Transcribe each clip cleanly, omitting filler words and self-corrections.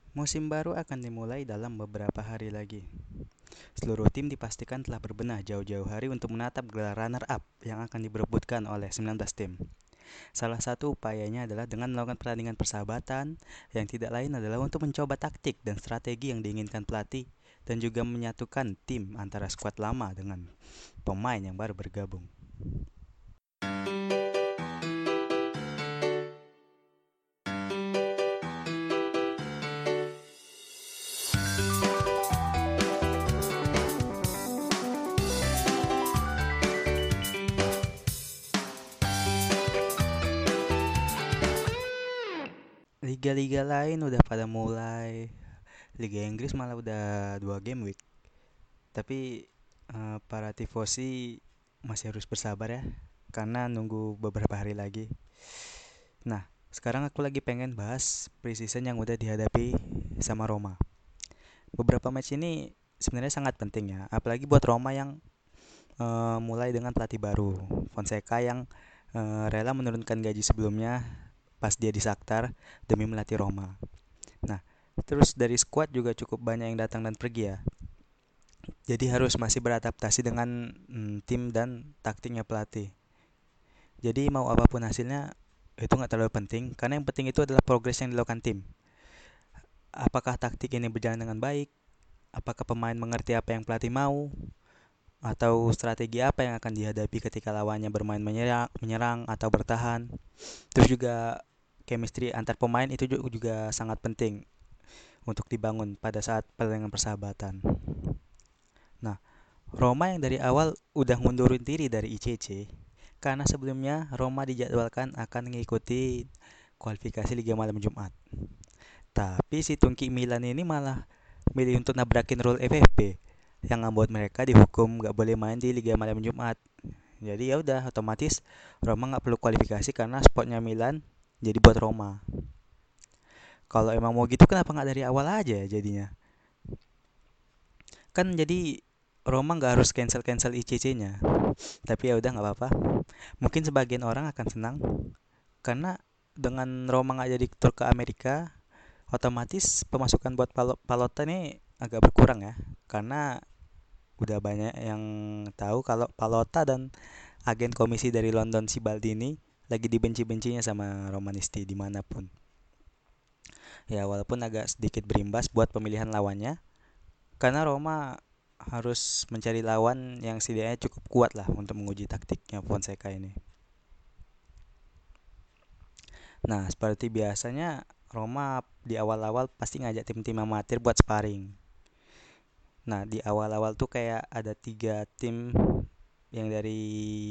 Musim baru akan dimulai dalam beberapa hari lagi. Seluruh tim dipastikan telah berbenah jauh-jauh hari untuk menatap gelar runner-up yang akan diberebutkan oleh 19 tim. Salah satu upayanya adalah dengan melakukan pertandingan persahabatan yang tidak lain adalah untuk mencoba taktik dan strategi yang diinginkan pelatih dan juga menyatukan tim antara skuad lama dengan pemain yang baru bergabung. Liga-liga lain udah pada mulai. Liga Inggris malah udah 2 game week. Tapi para tifosi masih harus bersabar ya, karena nunggu beberapa hari lagi. Nah, sekarang aku lagi pengen bahas preseason yang udah dihadapi sama Roma. Beberapa match ini sebenarnya sangat penting ya, apalagi buat Roma yang mulai dengan pelatih baru, Fonseca yang rela menurunkan gaji sebelumnya pas dia di Shakhtar demi melatih Roma. Nah, terus dari squad juga cukup banyak yang datang dan pergi ya. Jadi harus masih beradaptasi dengan tim dan taktiknya pelatih. Jadi mau apapun hasilnya itu nggak terlalu penting, karena yang penting itu adalah progres yang dilakukan tim. Apakah taktik ini berjalan dengan baik? Apakah pemain mengerti apa yang pelatih mau? Atau strategi apa yang akan dihadapi ketika lawannya bermain menyerang atau bertahan? Terus juga chemistry antar pemain itu juga sangat penting untuk dibangun pada saat pertandingan persahabatan. Nah, Roma yang dari awal udah ngundurin diri dari ICC karena sebelumnya Roma dijadwalkan akan mengikuti kualifikasi Liga Malam Jumat. Tapi si Tungki Milan ini malah milih untuk nabrakin rule FFP yang membuat mereka dihukum gak boleh main di Liga Malam Jumat. Jadi ya udah otomatis Roma nggak perlu kualifikasi karena spotnya Milan jadi buat Roma. Kalau emang mau gitu kenapa nggak dari awal aja jadinya? Kan jadi Roma nggak harus cancel ICC-nya. Tapi ya udah nggak apa-apa. Mungkin sebagian orang akan senang karena dengan Roma nggak jadi tur ke Amerika, otomatis pemasukan buat Palota ini agak berkurang ya. Karena udah banyak yang tahu kalau Palota dan agen komisi dari London si Baldini lagi dibenci-bencinya sama Romanisti dimanapun. Ya walaupun agak sedikit berimbas buat pemilihan lawannya, karena Roma harus mencari lawan yang setidaknya cukup kuat lah untuk menguji taktiknya Fonseca ini. Nah, seperti biasanya Roma di awal-awal pasti ngajak tim-tim amatir buat sparring. Nah, di awal-awal tuh kayak ada 3 tim yang dari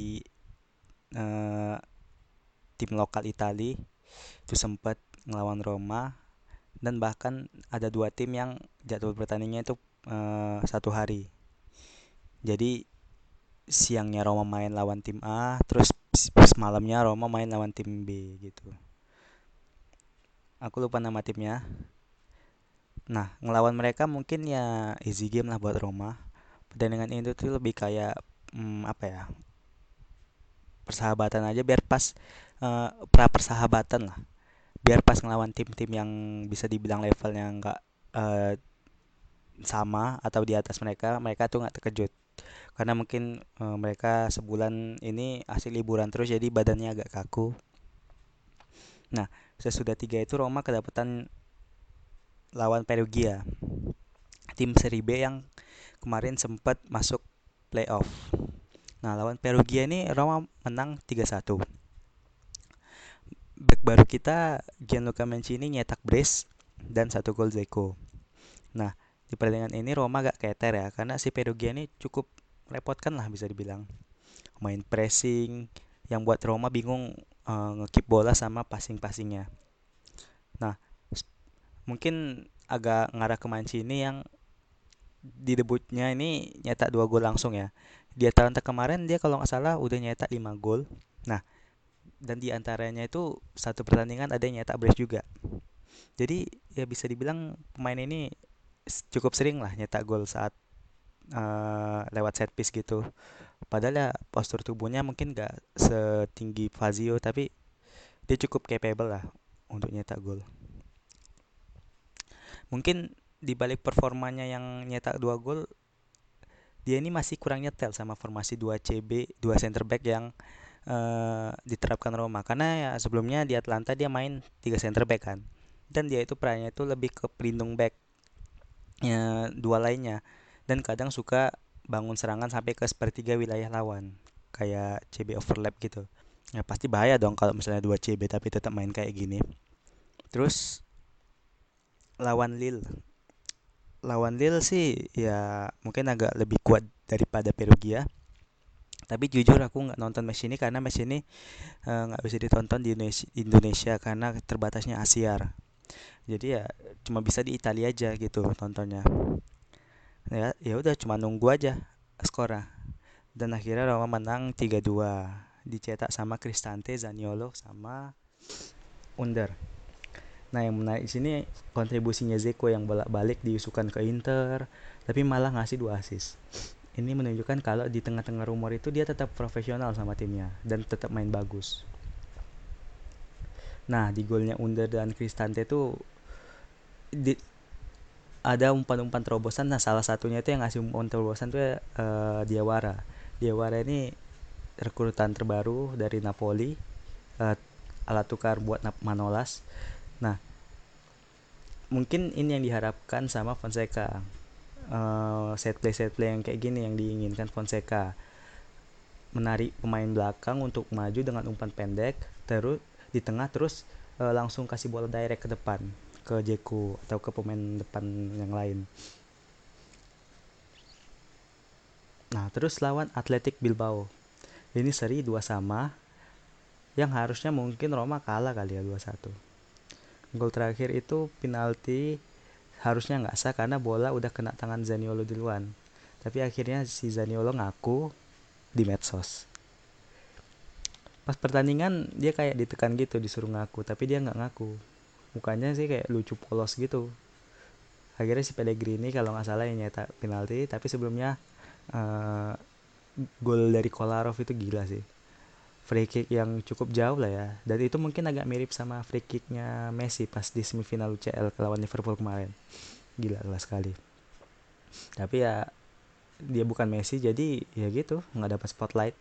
eh, tim lokal Itali itu sempat ngelawan Roma, dan bahkan ada 2 tim yang jadwal pertandingannya itu 1 hari. Jadi siangnya Roma main lawan tim A, terus malamnya Roma main lawan tim B gitu. Aku lupa nama timnya. Nah, ngelawan mereka mungkin ya easy game lah buat Roma. Pertandingan itu tuh lebih kayak apa ya? Persahabatan aja biar pas pra persahabatan lah. Biar pas ngelawan tim-tim yang bisa dibilang levelnya nggak eh, sama atau di atas mereka, mereka tuh nggak terkejut. Karena mungkin mereka sebulan ini hasil liburan terus jadi badannya agak kaku. Nah, sesudah 3 itu Roma kedapatan lawan Perugia, tim seri B yang kemarin sempat masuk playoff. Nah, lawan Perugia ini Roma menang 3-1. Back baru kita Gianluca Mancini nyetak brace dan 1 gol Zeko. Nah, di pertandingan ini Roma gak keter ya karena si Perugia ini cukup merepotkan lah bisa dibilang. Main pressing yang buat Roma bingung ngekip bola sama passing-passingnya. Nah, mungkin agak ngarah ke Mancini yang di debutnya ini nyetak 2 gol langsung ya. Di Atalanta kemarin dia kalau nggak salah udah nyetak 5 gol. Nah, dan di antaranya itu satu pertandingan ada yang nyetak brace juga. Jadi ya bisa dibilang pemain ini cukup sering lah nyetak gol saat lewat set piece gitu. Padahal ya postur tubuhnya mungkin nggak setinggi Fazio, tapi dia cukup capable lah untuk nyetak gol. Mungkin di balik performanya yang nyetak 2 gol, dia ini masih kurang nyetel sama formasi 2 CB, 2 center back yang diterapkan Roma. Karena ya sebelumnya di Atlanta dia main 3 center back kan. Dan dia itu perannya itu lebih ke pelindung back dua lainnya, dan kadang suka bangun serangan sampai ke sepertiga wilayah lawan kayak CB overlap gitu. Ya pasti bahaya dong kalau misalnya 2 CB tapi tetap main kayak gini. Terus lawan Lille. Lawan Lille sih ya mungkin agak lebih kuat daripada Perugia. Tapi jujur aku nggak nonton match ini karena match ini nggak bisa ditonton di Indonesia karena terbatasnya ASIAR. Jadi ya cuma bisa di Italia aja gitu tontonnya. Ya udah cuma nunggu aja skornya. Dan akhirnya Roma menang 3-2, dicetak sama Cristante, Zaniolo sama Under. Nah, yang menarik di sini kontribusinya Zeko yang bolak-balik diusukan ke Inter, tapi malah ngasih 2 assist. Ini menunjukkan kalau di tengah-tengah rumor itu dia tetap profesional sama timnya dan tetap main bagus. Nah, di golnya Under dan Cristante itu di, ada umpan-umpan terobosan. Nah, salah satunya itu yang ngasih umpan terobosan tuh Diawara. Diawara ini rekrutan terbaru dari Napoli, uh, alat tukar buat Manolas. Nah, mungkin ini yang diharapkan sama Fonseca. Set play yang kayak gini yang diinginkan Fonseca, menarik pemain belakang untuk maju dengan umpan pendek, terus di tengah terus langsung kasih bola direct ke depan ke Jeko atau ke pemain depan yang lain. Nah, terus lawan Athletic Bilbao. Ini seri 2-2 yang harusnya mungkin Roma kalah kali ya 2-1. Gol terakhir itu penalti, harusnya nggak sah karena bola udah kena tangan Zaniolo duluan. Tapi akhirnya si Zaniolo ngaku di medsos. Pas pertandingan dia kayak ditekan gitu, disuruh ngaku, tapi dia nggak ngaku. Mukanya sih kayak lucu polos gitu. Akhirnya si Pellegrini kalau nggak salah yang nyetak penalti, tapi sebelumnya uh, gol dari Kolarov itu gila sih. Free kick yang cukup jauh lah ya. Dan itu mungkin agak mirip sama free kicknya Messi pas di semifinal UCL lawan Liverpool kemarin. Gila kelas sekali. Tapi ya dia bukan Messi jadi ya gitu nggak dapat spotlight.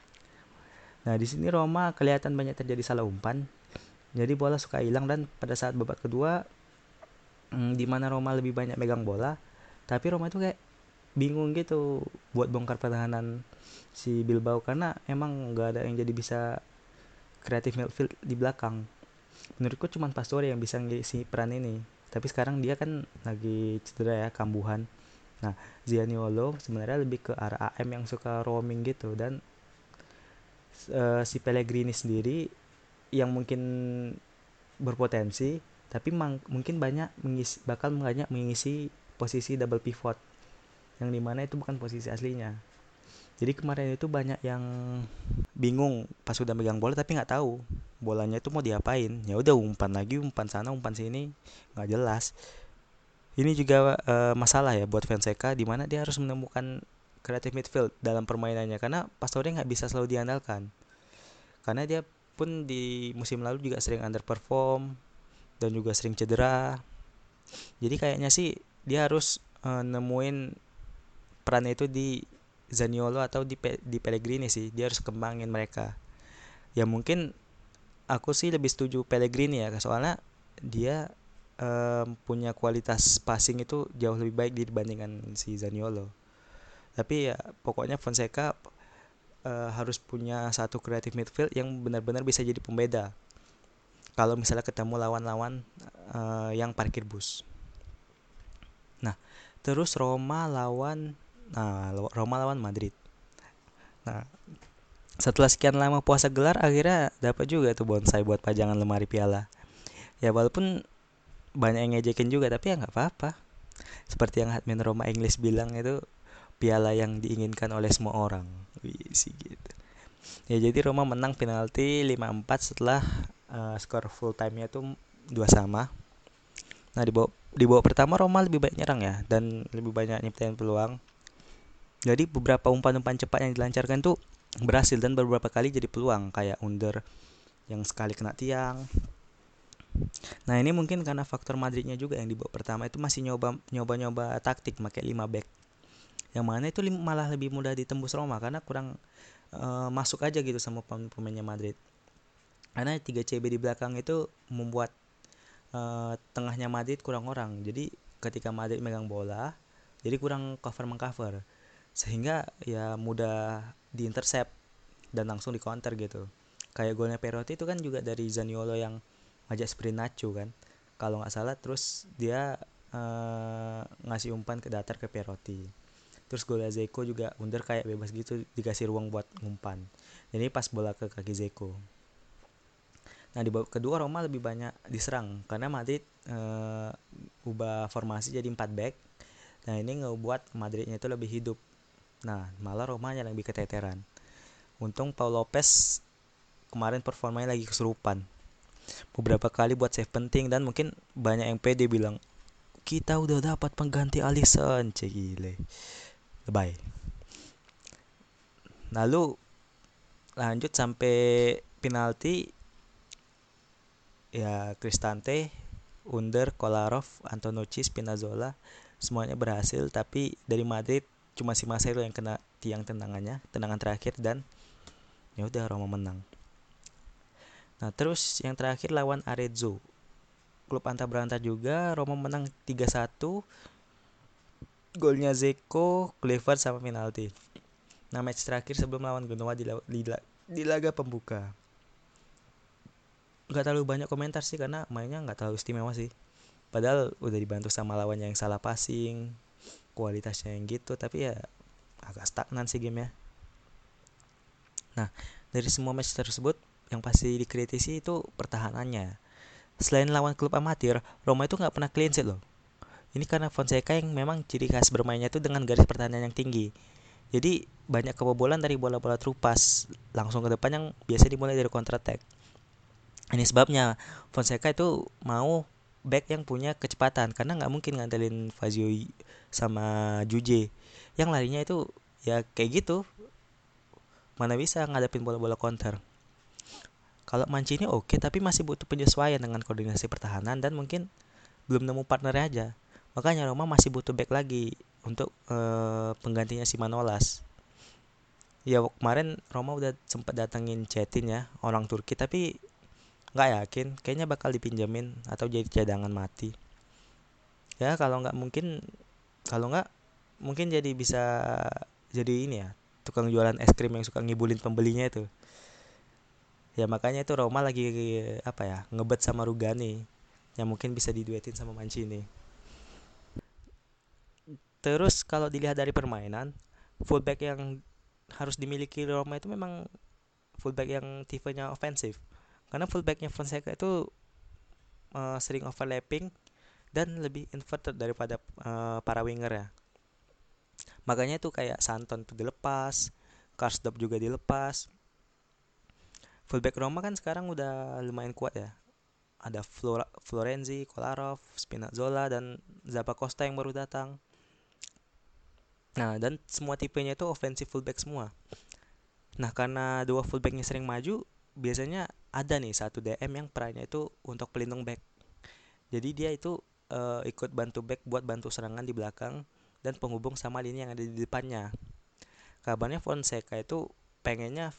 Nah di sini Roma kelihatan banyak terjadi salah umpan. Jadi bola suka hilang dan pada saat babak kedua di mana Roma lebih banyak megang bola, tapi Roma itu kayak bingung gitu buat bongkar pertahanan si Bilbao karena emang nggak ada yang jadi bisa kreatif midfield di belakang. Menurutku cuma Pastore yang bisa ngisi peran ini. Tapi sekarang dia kan lagi cedera ya, kambuhan. Nah, Zaniolo sebenarnya lebih ke arah AM yang suka roaming gitu dan si Pellegrini sendiri yang mungkin berpotensi tapi mungkin bakal banyak mengisi posisi double pivot yang dimana itu bukan posisi aslinya. Jadi kemarin itu banyak yang bingung pas udah megang bola tapi nggak tahu bolanya itu mau diapain. Ya udah umpan lagi, umpan sana, umpan sini, nggak jelas. Ini juga masalah ya buat Fonseca di mana dia harus menemukan kreatif midfield dalam permainannya karena Pastore nggak bisa selalu diandalkan. Karena dia pun di musim lalu juga sering underperform dan juga sering cedera. Jadi kayaknya sih dia harus nemuin peran itu di Zaniolo atau di Pellegrini sih. Dia harus kembangin mereka. Ya mungkin aku sih lebih setuju Pellegrini ya soalnya dia punya kualitas passing itu jauh lebih baik dibandingkan si Zaniolo. Tapi ya pokoknya Fonseca harus punya satu kreatif midfield yang benar-benar bisa jadi pembeda kalau misalnya ketemu lawan-lawan yang parkir bus. Nah, terus Roma lawan Madrid. Nah, setelah sekian lama puasa gelar akhirnya dapat juga tuh bonsai buat pajangan lemari piala. Ya walaupun banyak yang ngejekin juga tapi ya nggak apa-apa. Seperti yang admin Roma English bilang itu piala yang diinginkan oleh semua orang. Wih sih gitu. Ya jadi Roma menang penalti 5-4 setelah skor full time-nya tuh 2-2. Nah di babak pertama Roma lebih banyak nyerang ya dan lebih banyak nyiptain peluang. Jadi beberapa umpan-umpan cepat yang dilancarkan tuh berhasil dan beberapa kali jadi peluang kayak Under yang sekali kena tiang. Nah ini mungkin karena faktor Madridnya juga yang di babak pertama itu masih nyoba taktik pakai 5 back. Yang mana itu malah lebih mudah ditembus Roma karena kurang masuk aja gitu sama pemainnya Madrid. Karena 3 CB di belakang itu membuat tengahnya Madrid kurang orang. Jadi ketika Madrid megang bola, jadi kurang cover mengcover. Sehingga ya mudah diintercept dan langsung di counter gitu. Kayak golnya Perotti itu kan juga dari Zaniolo yang ngajak sprint Nacho kan. Kalau nggak salah terus dia ngasih umpan ke datar ke Perotti. Terus golnya Zeko juga under kayak bebas gitu dikasih ruang buat ngumpan. Jadi pas bola ke kaki Zeko. Nah di babak kedua Roma lebih banyak diserang karena Madrid ubah formasi jadi 4 back. Nah ini ngebuat Madridnya itu lebih hidup. Nah malah Roma yang lebih keteteran. Untung Paul Lopez kemarin performanya lagi kesurupan. Beberapa kali buat save penting dan mungkin banyak yang pede bilang kita udah dapat pengganti Alisson, cek gile. Bye. Lalu lanjut sampai penalti ya Cristante, Under, Kolarov, Antonucci, Spinazzola semuanya berhasil tapi dari Madrid cuma si Marcelo yang kena tiang tendangan terakhir dan ya udah Roma menang. Nah, terus yang terakhir lawan Arezzo. Klub antar berantar juga, Roma menang 3-1. Golnya Zeko, Kluivert sama penalti. Nah, match terakhir sebelum lawan Genoa di laga pembuka. Gak terlalu banyak komentar sih karena mainnya gak terlalu istimewa sih. Padahal udah dibantu sama lawannya yang salah passing, kualitasnya yang gitu, tapi ya agak stagnan sih gamenya. Nah, dari semua match tersebut yang pasti dikritisi itu pertahanannya. Selain lawan klub amatir, Roma itu nggak pernah clean sheet loh. Ini karena Fonseca yang memang ciri khas bermainnya itu dengan garis pertahanan yang tinggi. Jadi banyak kebobolan dari bola-bola terupas langsung ke depan yang biasa dimulai dari counter attack. Ini sebabnya Fonseca itu mau back yang punya kecepatan karena nggak mungkin ngandelin Fazio sama Juje yang larinya itu ya kayak gitu, mana bisa ngadepin bola-bola counter. Kalau Mancini oke, tapi masih butuh penyesuaian dengan koordinasi pertahanan dan mungkin belum nemu partnernya aja. Makanya Roma masih butuh back lagi untuk penggantinya si Manolas. Ya kemarin Roma udah sempat datengin Cetin ya, orang Turki, tapi nggak yakin, kayaknya bakal dipinjemin atau jadi cadangan mati. Ya kalau nggak mungkin jadi bisa jadi ini ya, tukang jualan es krim yang suka ngibulin pembelinya itu. Ya makanya itu Roma lagi apa ya, ngebet sama Rugani yang mungkin bisa diduetin sama Mancini. Terus kalau dilihat dari permainan, fullback yang harus dimiliki Roma itu memang fullback yang tipenya ofensif. Karena fullbacknya Fonseca itu sering overlapping dan lebih inverted daripada para winger ya. Makanya itu kayak Santon tuh dilepas, Karsdorp juga dilepas. Fullback Roma kan sekarang udah lumayan kuat ya. Ada Florenzi, Kolarov, Spinazzola dan Zappacosta yang baru datang. Nah, dan semua tipenya itu offensive fullback semua. Nah, karena dua fullbacknya sering maju, biasanya ada nih satu DM yang perannya itu untuk pelindung back. Jadi dia itu ikut bantu back buat bantu serangan di belakang dan penghubung sama lini yang ada di depannya. Kabarnya Fonseca itu pengennya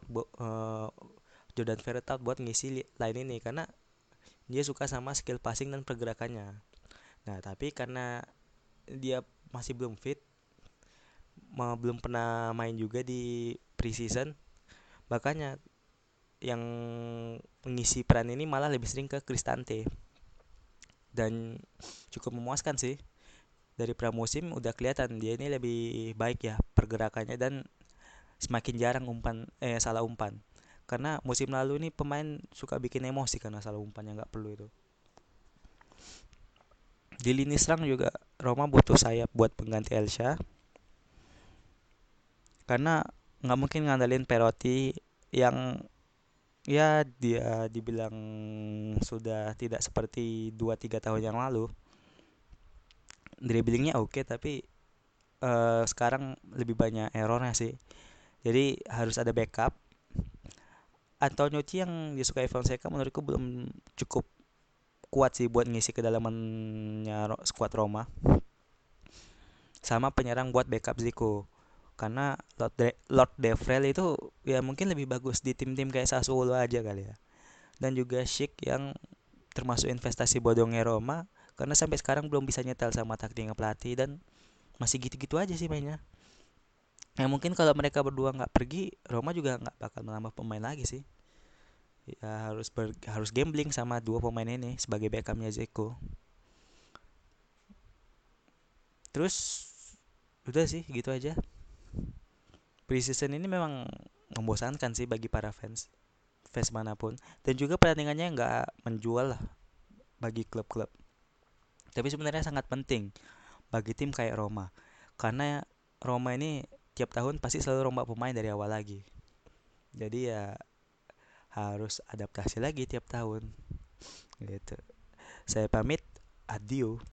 Jordan Verretout buat ngisi line ini karena dia suka sama skill passing dan pergerakannya. Nah, tapi karena dia masih belum fit, belum pernah main juga di preseason, makanya yang mengisi peran ini malah lebih sering ke Cristante dan cukup memuaskan sih. Dari pramusim udah kelihatan dia ini lebih baik ya pergerakannya dan semakin jarang salah umpan. Karena musim lalu ini pemain suka bikin emosi karena salah umpan yang nggak perlu itu. Di lini serang juga Roma butuh sayap buat pengganti Elsa karena nggak mungkin ngandelin Perotti yang ya dia dibilang sudah tidak seperti 2-3 tahun yang lalu. Dribblingnya oke tapi sekarang lebih banyak errornya sih. Jadi harus ada backup. Antonio yang disukai Fonseca menurutku belum cukup kuat sih buat ngisi kedalamannya skuad Roma, sama penyerang buat backup Zico. Karena Lord Devrel itu ya mungkin lebih bagus di tim-tim kayak Sassuolo aja kali ya. Dan juga Schick yang termasuk investasi bodongnya Roma, karena sampai sekarang belum bisa nyetel sama taktiknya pelatih dan masih gitu-gitu aja sih mainnya. Ya mungkin kalau mereka berdua nggak pergi, Roma juga nggak bakal menambah pemain lagi sih. Ya harus gambling sama dua pemain ini sebagai backupnya Zeko. Terus udah sih gitu aja. Preseason ini memang membosankan sih bagi para fans manapun, dan juga pertandingannya nggak menjual lah bagi klub-klub. Tapi sebenarnya sangat penting bagi tim kayak Roma, karena Roma ini tiap tahun pasti selalu rombak pemain dari awal lagi. Jadi ya harus adaptasi lagi tiap tahun gitu. Saya pamit, adieu.